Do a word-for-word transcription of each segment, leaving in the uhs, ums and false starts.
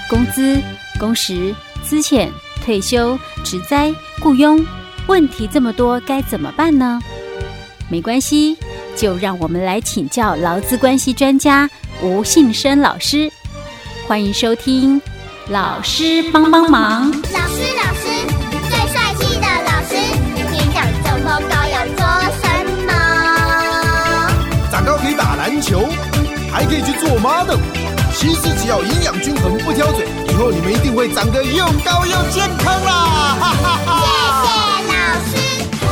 工资、工时、资遣、退休、职灾、雇佣，问题这么多，该怎么办呢？没关系，就让我们来请教劳资关系专家吴信生老师。欢迎收听老师帮帮忙。 老师，老师，最帅气的老师，你想做梦都要做什么？ 长高可以打篮球，还可以去做 model。其实只要营养均衡，不挑嘴，以后你们一定会长得又高又健康啦！哈哈哈！ 谢谢老师。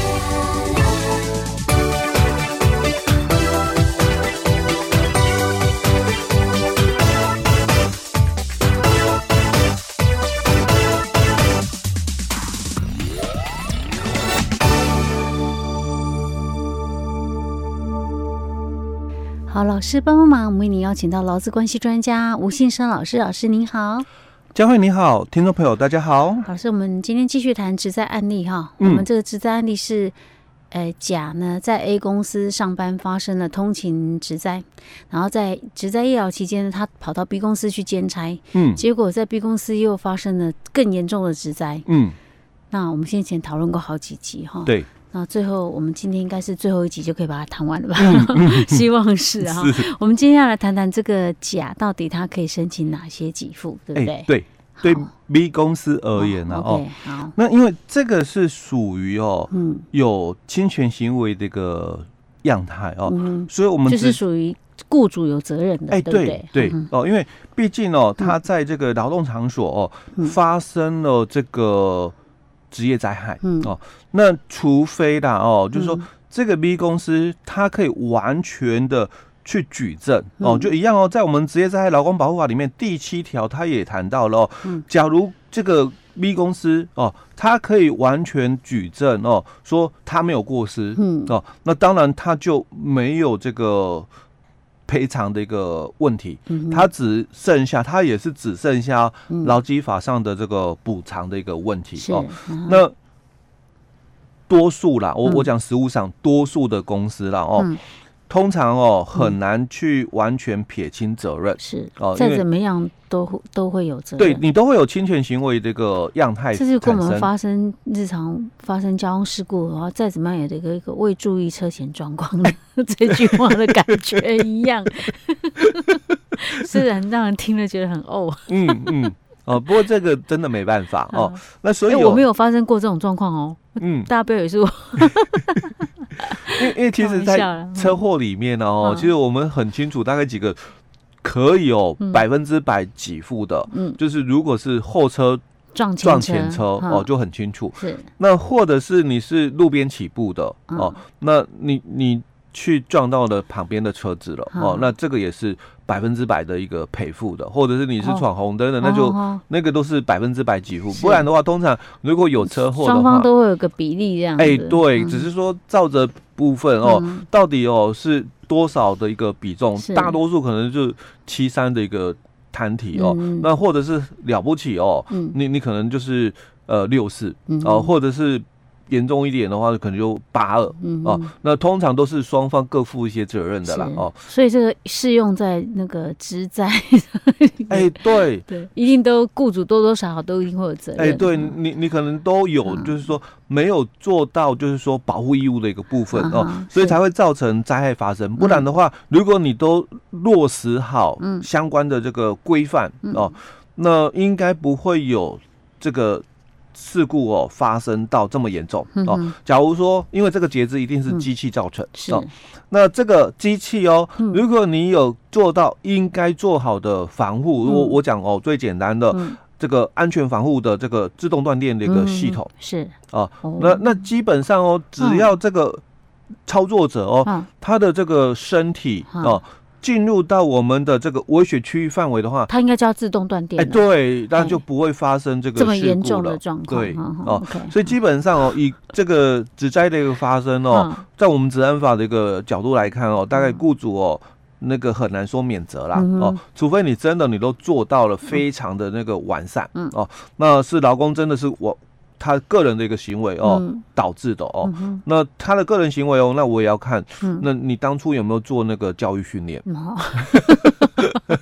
好，老师帮帮忙，我们为您邀请到劳资关系专家吴信生老师。老师您好。 佳慧你好，听众朋友大家好。 老师，我们今天继续谈职灾案例哈。嗯、我们这个职灾案例是，呃，甲呢在 A 公司上班发生了通勤职灾，然后在职灾医疗期间呢，他跑到 B 公司去兼差，嗯，结果在 B 公司又发生了更严重的职灾，嗯。那我们先前讨论过好几集哈， 对。 那最后我们今天应该是最后一集就可以把它谈完了吧？嗯嗯、希望是哈。我们接下来谈谈这个甲到底他可以申请哪些给付，对不对？ 欸、对，对 B 公司而言呢、啊，哦， okay, 好， 那因为这个是属于哦，嗯，有侵权行为的一个样态哦，嗯、所以我们就是属于雇主有责任的，哎、欸，对不对？ 对、嗯、哦，因为毕竟哦，他在这个劳动场所哦、嗯、发生了这个职业灾害，嗯哦，那除非啦哦，就是说、嗯、这个 B 公司它可以完全的去举证、嗯、哦，就一样哦，在我们职业灾害劳工保护法里面第七条，它也谈到了哦，嗯、假如这个 B 公司哦，它可以完全举证哦，说它没有过失，嗯哦，那当然它就没有这个赔偿的一个问题，嗯、它只剩下，它也是只剩下劳基法上的这个补偿的一个问题、嗯、哦。嗯、那多数啦，我、嗯、我讲实务上多数的公司啦哦，嗯、通常哦很难去完全撇清责任， 是哦，再怎么样都都会有责任， 对你都会有侵权行为这个样态产生。 这是跟我们发生日常发生交通事故的话，再怎么样有这个一个未注意车前状况的这句话的感觉一样。虽然让人听了觉得很哦， 嗯嗯哦，不过这个真的没办法哦。那所以、 欸、我没有发生过这种状况哦，嗯，大家不要以为是我。 因为因为其实，在车祸里面哦，嗯、其实我们很清楚，大概几个可以有百分之百给付的，嗯，就是如果是后车撞撞前车、嗯、哦，就很清楚。是，那或者是你是路边起步的、嗯、哦，那你你去撞到了旁边的车子了、嗯、哦，那这个也是百分之百的一个赔付的，或者是你是闯红灯的，哦、那就、哦、那个都是百分之百给付。不然的话，通常如果有车祸的话， 双方都会有个比例这样子。 哎、欸，对，嗯、只是说照着部分哦，嗯、到底哦是多少的一个比重？大多数可能就七三的一个摊体哦，嗯、那或者是了不起哦，嗯、你你可能就是呃六四哦，或者是。严重一点的话，可能就八二、嗯、哦。那通常都是双方各负一些责任的啦哦。 所以这个适用在那个职灾， 哎、欸，对对，一定都雇主多多少少都一定会有责任。哎、 欸，对你你可能都有，嗯、就是说没有做到，就是说保护义务的一个部分、嗯、哦，所以才会造成灾害发生。不然的话，嗯、如果你都落实好相关的这个规范、嗯、哦，那应该不会有这个。事故哦发生到这么严重哦，嗯、假如说因为这个截肢一定是机器造成、嗯、哦，那这个机器哦，嗯、如果你有做到应该做好的防护，嗯、我我讲哦最简单的、嗯、这个安全防护的这个自动断电的一个系统、嗯、 是啊，哦、那那基本上哦，只要这个操作者哦，嗯、他的这个身体、嗯、哦。进入到我们的这个危险区域范围的话， 它应该就要自动断电。 哎，对，那就不会发生这个事故了， 这么严重的状况。 对哦，所以基本上哦，以这个职灾的一个发生哦，在我们职安法的一个角度来看哦，大概雇主哦。那个很难说免责啦、嗯、哦，除非你真的你都做到了非常的那个完善、嗯、哦，那是劳工真的是我他个人的一个行为哦、嗯、导致的哦、嗯，那他的个人行为哦，那我也要看，嗯、那你当初有没有做那个教育训练？嗯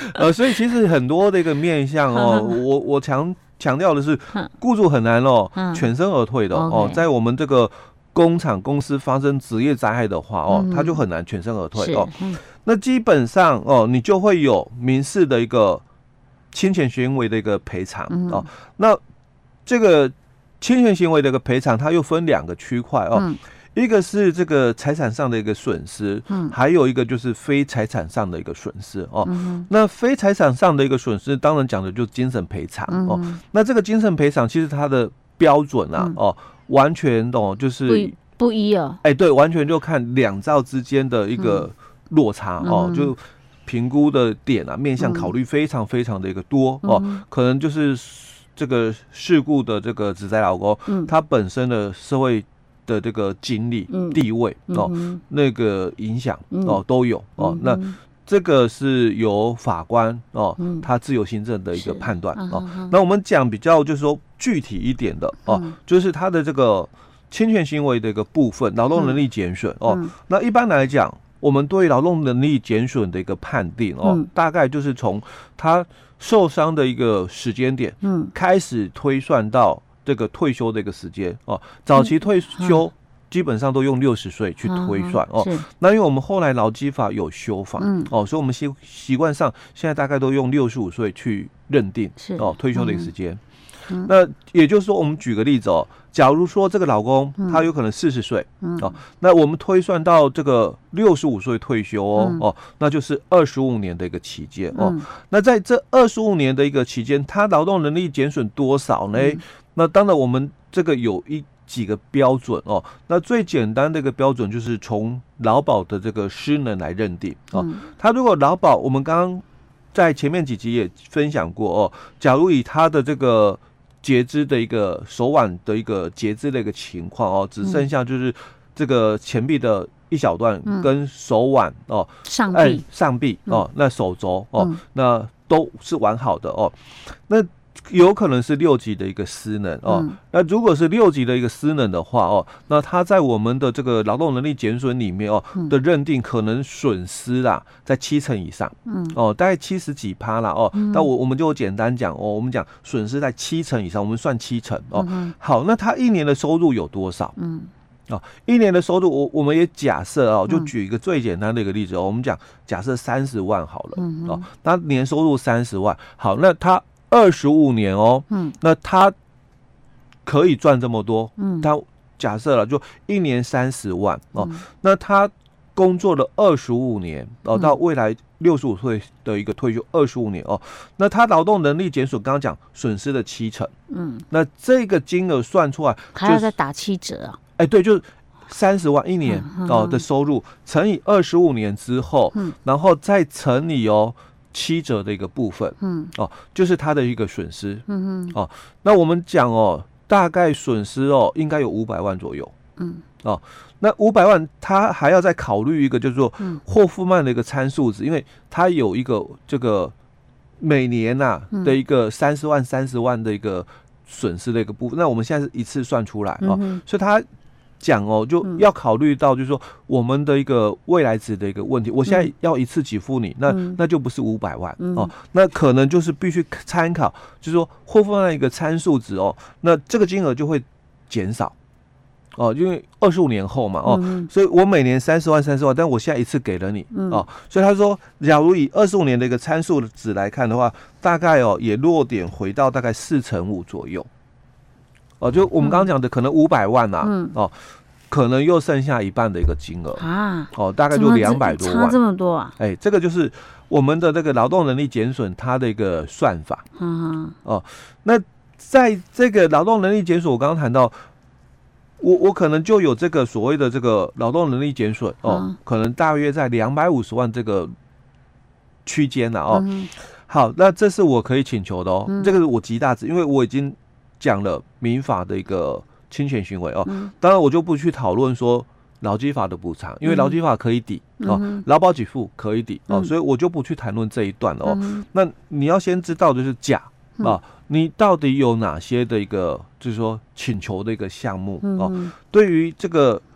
呃，所以其实很多的一个面向哦，我我强强调的是，雇主很难哦，全身而退的哦，在我们这个工厂公司发生职业灾害的话哦，他就很难全身而退哦。那基本上哦，你就会有民事的一个侵权行为的一个赔偿哦。那这个侵权行为的一个赔偿，它又分两个区块哦。嗯，一个是这个财产上的一个损失，嗯，还有一个就是非财产上的一个损失哦。嗯，那非财产上的一个损失，当然讲的就是精神赔偿哦。嗯，那这个精神赔偿其实它的标准啊，嗯、哦，完全哦就是不不一哦。 哎，对，完全就看两造之间的一个落差、嗯、哦，就评估的点啊，面向考虑非常非常的一个多、嗯、哦，可能就是这个事故的这个职灾劳工，嗯，他本身的社会的这个经历、嗯、地位哦、嗯，那个影响哦都有哦、嗯，那这个是由法官哦、嗯，他自由行政的一个判断哦、嗯。那我们讲比较就是说具体一点的哦、嗯，就是他的这个侵权行为的一个部分，劳动能力减损、嗯、哦、嗯。那一般来讲，我们对劳动能力减损的一个判定哦、嗯，大概就是从他受伤的一个时间点，嗯，开始推算到这个退休的一个时间哦。早期退休基本上都用六十岁去推算、嗯、哦。那因为我们后来劳基法有修法、嗯、哦，所以我们习习惯上现在大概都用六十五岁去认定哦退休的一个时间。嗯、那也就是说，我们举个例子哦，假如说这个老公他有可能四十岁哦，那我们推算到这个六十五岁退休哦、嗯、哦，那就是二十五年的一个期间哦、嗯。那在这二十五年的一个期间，他劳动能力减损多少呢？嗯、那当然我们这个有一几个标准哦。那最简单的一个标准就是从劳保的这个失能来认定哦。嗯、他如果劳保，我们刚刚在前面几集也分享过哦，假如以他的这个截肢的一个手腕的一个截肢的一个情况哦，只剩下就是这个前臂的一小段跟手腕哦， 上臂、 哎、上臂哦，那手肘哦、嗯，那都是完好的哦。那有可能是六级的一个失能哦、嗯。那如果是六级的一个失能的话哦，那它在我们的这个劳动能力减损里面哦、嗯、的认定可能损失啦在七成以上，嗯哦，大概七十几趴啦哦。那、嗯、我我们就简单讲哦，我们讲损失在七成以上，我们算七成哦、嗯。好，那他一年的收入有多少？嗯。哦，一年的收入，我我们也假设哦，就举一个最简单的一个例子哦，我们讲假设三十万好了、嗯、哦，那年收入三十万，好，那他二十五年哦，嗯，那他可以赚这么多，嗯，他假设了就一年三十万哦、嗯，那他工作了二十五年哦，到未来六十五岁的一个退休二十五年哦，那他劳动能力减损，刚刚讲损失了七成，嗯，那这个金额算出来、就是、 还要再打七折啊。 哎，对，就是三十万一年哦的收入乘以二十五年之后，嗯，然后再乘以哦七折的一个部分，嗯，哦，就是它的一个损失，嗯哦，那我们讲哦，大概损失哦应该有五百万左右，嗯，哦，那五百万它还要再考虑一个就是说霍夫曼的一个参数值，因为它有一个这个每年呐、啊、的一个三十万三十万的一个损失的一个部分，那我们现在是一次算出来哦，嗯、所以它讲哦，就要考虑到就是说我们的一个未来值的一个问题。我现在要一次给付你，那、嗯、那就不是五百万、嗯、哦，那可能就是必须参考，就是说霍夫曼一个参数值哦，那这个金额就会减少哦，因为二十五年后嘛哦、嗯，所以我每年三十万三十万，但我现在一次给了你、嗯、哦，所以他说，假如以二十五年的一个参数值来看的话，大概哦也落点回到大概四成五左右。哦，就我们刚刚讲的，可能五百万呐、啊嗯，哦，可能又剩下一半的一个金额啊，哦，大概就两百多万， 差这么多啊！ 哎，这个就是我们的这个劳动能力减损它的一个算法，嗯，哦，那在这个劳动能力减损，我刚刚谈到，我我可能就有这个所谓的这个劳动能力减损哦、嗯，可能大约在两百五十万这个区间了哦、嗯。好，那这是我可以请求的哦，嗯、这个是我极大值，因为我已经讲了民法的一个侵权行为哦，嗯、当然我就不去讨论说劳基法的补偿，因为劳基法可以抵、嗯、哦，劳保给付可以抵、嗯、哦，所以我就不去谈论这一段了哦、嗯。那你要先知道的就是甲啊、哦，你到底有哪些的一个就是说请求的一个项目、嗯、哦？对于这个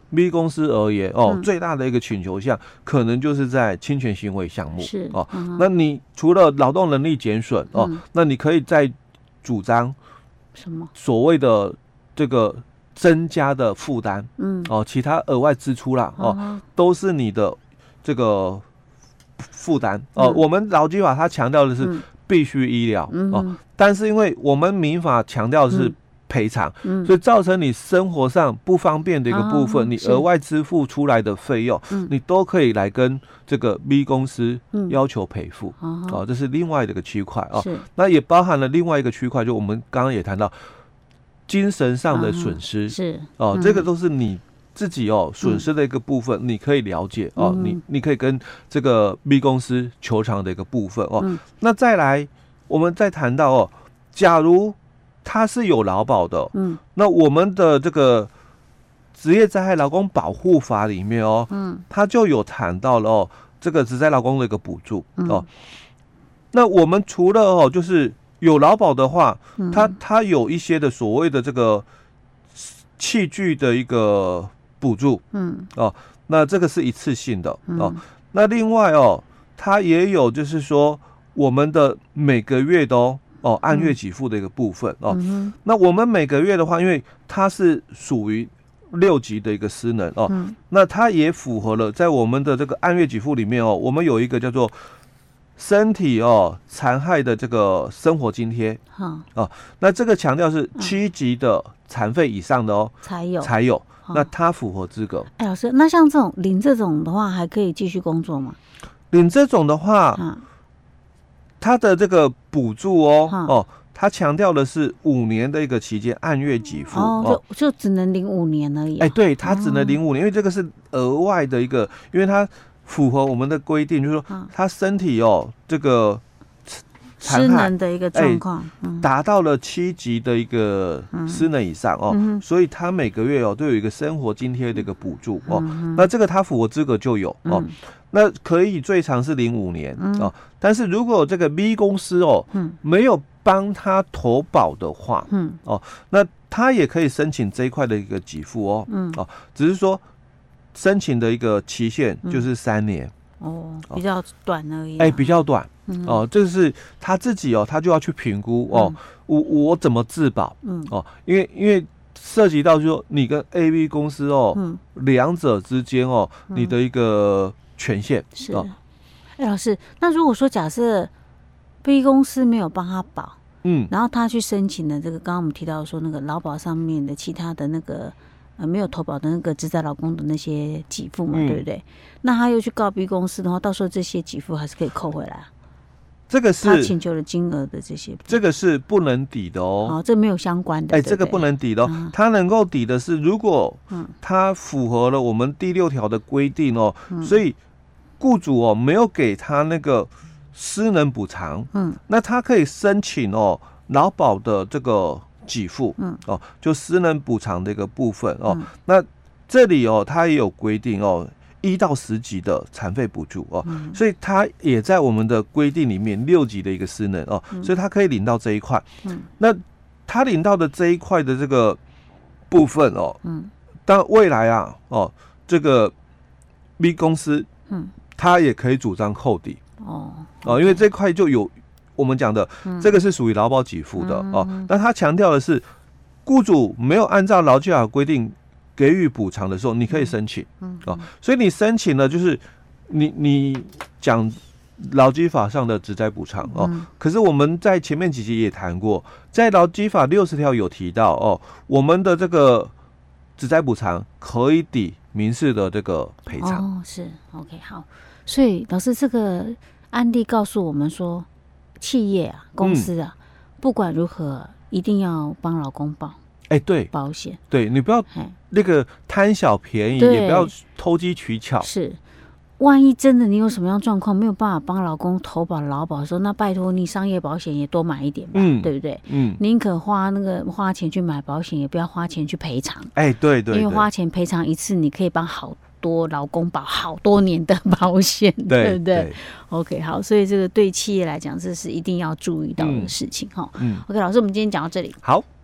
B 公司而言哦， 嗯、 最大的一个请求项可能就是在侵权行为项目是哦、 嗯。 那你除了劳动能力减损哦、 嗯， 那你可以再主张什么所谓的这个增加的负担， 嗯哦，其他额外支出啦哦、嗯，都是你的这个负担哦、嗯。我们劳基法它强调的是必须医疗、嗯、哦，但是因为我们民法强调的是、嗯赔偿、嗯，所以造成你生活上不方便的一个部分，哦、你额外支付出来的费用、嗯，你都可以来跟这个 B 公司要求赔付、嗯，哦，这是另外的一个区块哦。那也包含了另外一个区块，就我们刚刚也谈到精神上的损失、嗯、 是哦、嗯，这个都是你自己哦损失的一个部分，嗯、你可以了解哦，嗯、你你可以跟这个 B 公司求偿的一个部分哦。嗯、那再来，我们再谈到哦，假如它是有劳保的，嗯，那我们的这个职业灾害劳工保护法里面哦，嗯，它就有谈到了哦，这个职灾劳工的一个补助、嗯、哦。那我们除了哦，就是有劳保的话，嗯、它它有一些的所谓的这个器具的一个补助，嗯，哦，那这个是一次性的、嗯、哦。那另外哦，它也有就是说我们的每个月都。哦，按月给付的一个部分哦、嗯，那我们每个月的话，因为它是属于六级的一个失能哦、嗯，那它也符合了在我们的这个按月给付里面哦，我们有一个叫做身体哦残害的这个生活津贴，嗯、哦，那这个强调是七级的残废以上的哦才有才有，那它符合资格。 哎，老师，那像这种领这种的话，还可以继续工作吗？ 领这种的话，嗯。它的这个补助哦、嗯、哦，它强调的是五年的一个期间按月给付哦，就就只能领五年而已、啊。 哎、欸，对，它只能领五年、哦，因为这个是额外的一个，因为它符合我们的规定，就是说它身体哦这个失能的一个状况， 达、欸嗯、到了七级的一个失能以上哦、嗯，所以它每个月哦都有一个生活津贴的一个补助哦、嗯，那这个它符合资格就有哦。嗯，那可以最长是领五年、嗯、哦，但是如果这个 B 公司哦，嗯、没有帮他投保的话，嗯，哦，那他也可以申请这一块的一个给付哦，嗯，哦，只是说申請的一个期限就是三年， 嗯、哦，比较短而已、啊， 哎、欸，比较短，嗯、哦，这是他自己哦，他就要去评估哦，嗯、我我怎么自保，嗯，哦，因为因为。涉及到就是说你跟 A B 公司哦，嗯，两者之间哦，嗯、你的一个权限是。哎、哦欸，老师，那如果说假设 B 公司没有帮他保，嗯，然后他去申请的这个，刚刚我们提到说那个劳保上面的其他的那个呃没有投保的那个职灾劳工的那些给付嘛、嗯，对不对？那他又去告 B 公司的话，到时候这些给付还是可以扣回来啊。 这个是他请求的金额的这些， 这个是不能抵的哦。 哦，这没有相关的。 哎、欸，这个不能抵的哦。嗯、他能够抵的是，如果他符合了我们第六条的规定哦、嗯，所以雇主哦没有给他那个失能补偿，嗯，那他可以申请哦劳保的这个给付，嗯，哦，就失能补偿的一个部分哦、嗯。那这里哦，他也有规定哦。一到十级的残废补助哦、嗯，所以他也在我们的规定里面六级的一个失能哦、嗯，所以他可以领到这一块。嗯，那他领到的这一块的这个部分哦，嗯，当未来啊哦，这个 B 公司，嗯，他也可以主张扣抵哦哦，因为这块就有我们讲的、嗯，这个是属于劳保给付的、嗯、哦。那他强调的是，雇主没有按照劳基法规定。给予补偿的时候，你可以申请，嗯，哦，所以你申请了，就是你你讲劳基法上的职灾补偿哦、嗯，可是我们在前面几集也谈过，在劳基法六十条有提到哦，我们的这个职灾补偿可以抵民事的这个赔偿。 哦，是 OK 好，所以老师这个案例告诉我们说，企业啊、公司啊，嗯、不管如何，一定要帮劳工保。 哎、欸，对， 保险， 对你不要那个贪小便宜，也不要投机取巧。 是，万一真的你有什么样状况，没有办法帮劳工投保劳保的时候，那拜托你商业保险也多买一点吧，嗯、对不对？嗯，宁可花那个花钱去买保险，也不要花钱去赔偿。 哎、欸，对 对, 对， 因为花钱赔偿一次，你可以帮好多劳工保好多年的保险，对, 对不对, 对 ？OK， 好，所以这个对企业来讲，这是一定要注意到的事情哈。嗯, 嗯 ，OK， 老师，我们今天讲到这里， 好。